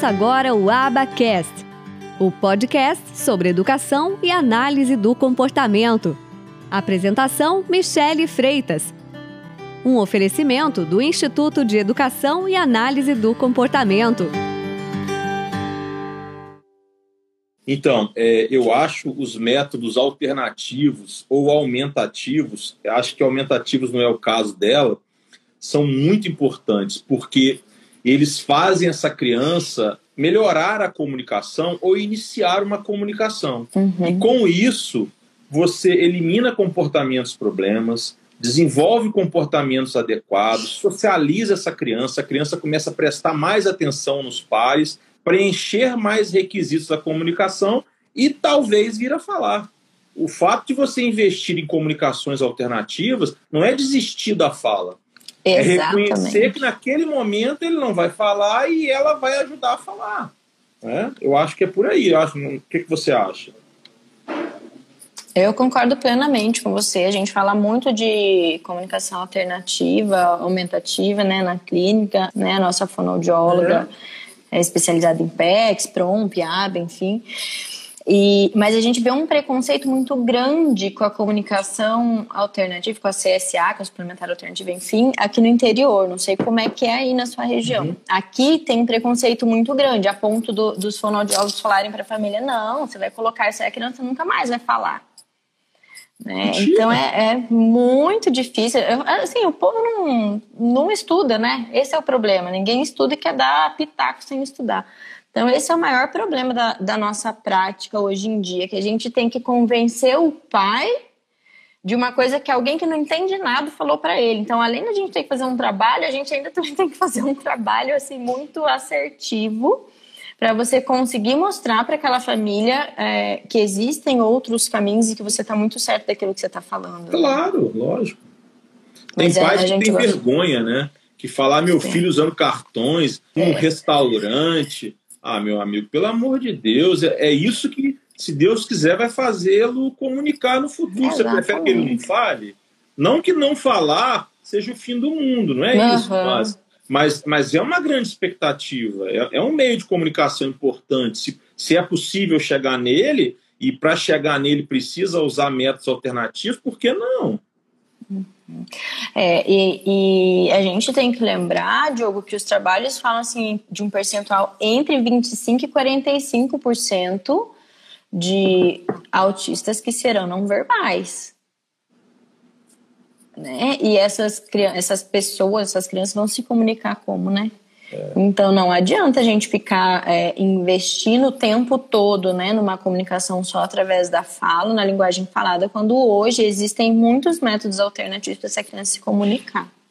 Começa agora o AbaCast, o podcast sobre educação e análise do comportamento. Apresentação: Michele Freitas. Um oferecimento do Instituto de Educação e Análise do Comportamento. Então, eu acho os métodos alternativos ou aumentativos, acho que aumentativos não é o caso dela, são muito importantes, porque eles fazem essa criança melhorar a comunicação ou iniciar uma comunicação. E com isso, você elimina comportamentos problemas, desenvolve comportamentos adequados, socializa essa criança, a criança começa a prestar mais atenção nos pares, preencher mais requisitos da comunicação e talvez vir a falar. O fato de você investir em comunicações alternativas não é desistir da fala. Exatamente. É reconhecer que naquele momento ele não vai falar e ela vai ajudar a falar. Eu acho que é por aí. O que você acha? Eu concordo plenamente com você. A gente fala muito de comunicação alternativa, aumentativa, né, na clínica, né? A nossa fonoaudióloga é especializada em PECs, PROM, PIAB, enfim. Mas a gente vê um preconceito muito grande com a comunicação alternativa, com a CSA, com a suplementar alternativa, enfim, aqui no interior. Não sei como é que é aí na sua região. Aqui tem um preconceito muito grande, a ponto dos fonoaudiólogos falarem para a família: não, você vai colocar isso aí, a criança nunca mais vai falar. Né? Então é muito difícil. Assim, o povo não estuda, né? Esse é o problema. Ninguém estuda e quer dar pitaco sem estudar. Então esse é o maior problema da nossa prática hoje em dia, que a gente tem que convencer o pai de uma coisa que alguém que não entende nada falou para ele. Então, além da gente ter que fazer um trabalho, a gente ainda também tem que fazer um trabalho assim, muito assertivo, para você conseguir mostrar para aquela família que existem outros caminhos e que você está muito certo daquilo que você está falando. Claro, lógico. Tem pais que têm vergonha, né? Que falar meu filho usando cartões num restaurante. Ah, meu amigo, pelo amor de Deus, é isso que, se Deus quiser, vai fazê-lo comunicar no futuro. Você prefere que ele não fale? Não que não falar seja o fim do mundo, não é isso, mas é uma grande expectativa, é um meio de comunicação importante. Se é possível chegar nele, e para chegar nele precisa usar métodos alternativos, por que não? E a gente tem que lembrar, Diogo, que os trabalhos falam assim, de um percentual entre 25% e 45% de autistas que serão não verbais. Né? E essas pessoas, essas crianças vão se comunicar como, né? Então não adianta a gente ficar investindo o tempo todo, né, numa comunicação só através da fala, na linguagem falada, quando hoje existem muitos métodos alternativos para essa criança se comunicar.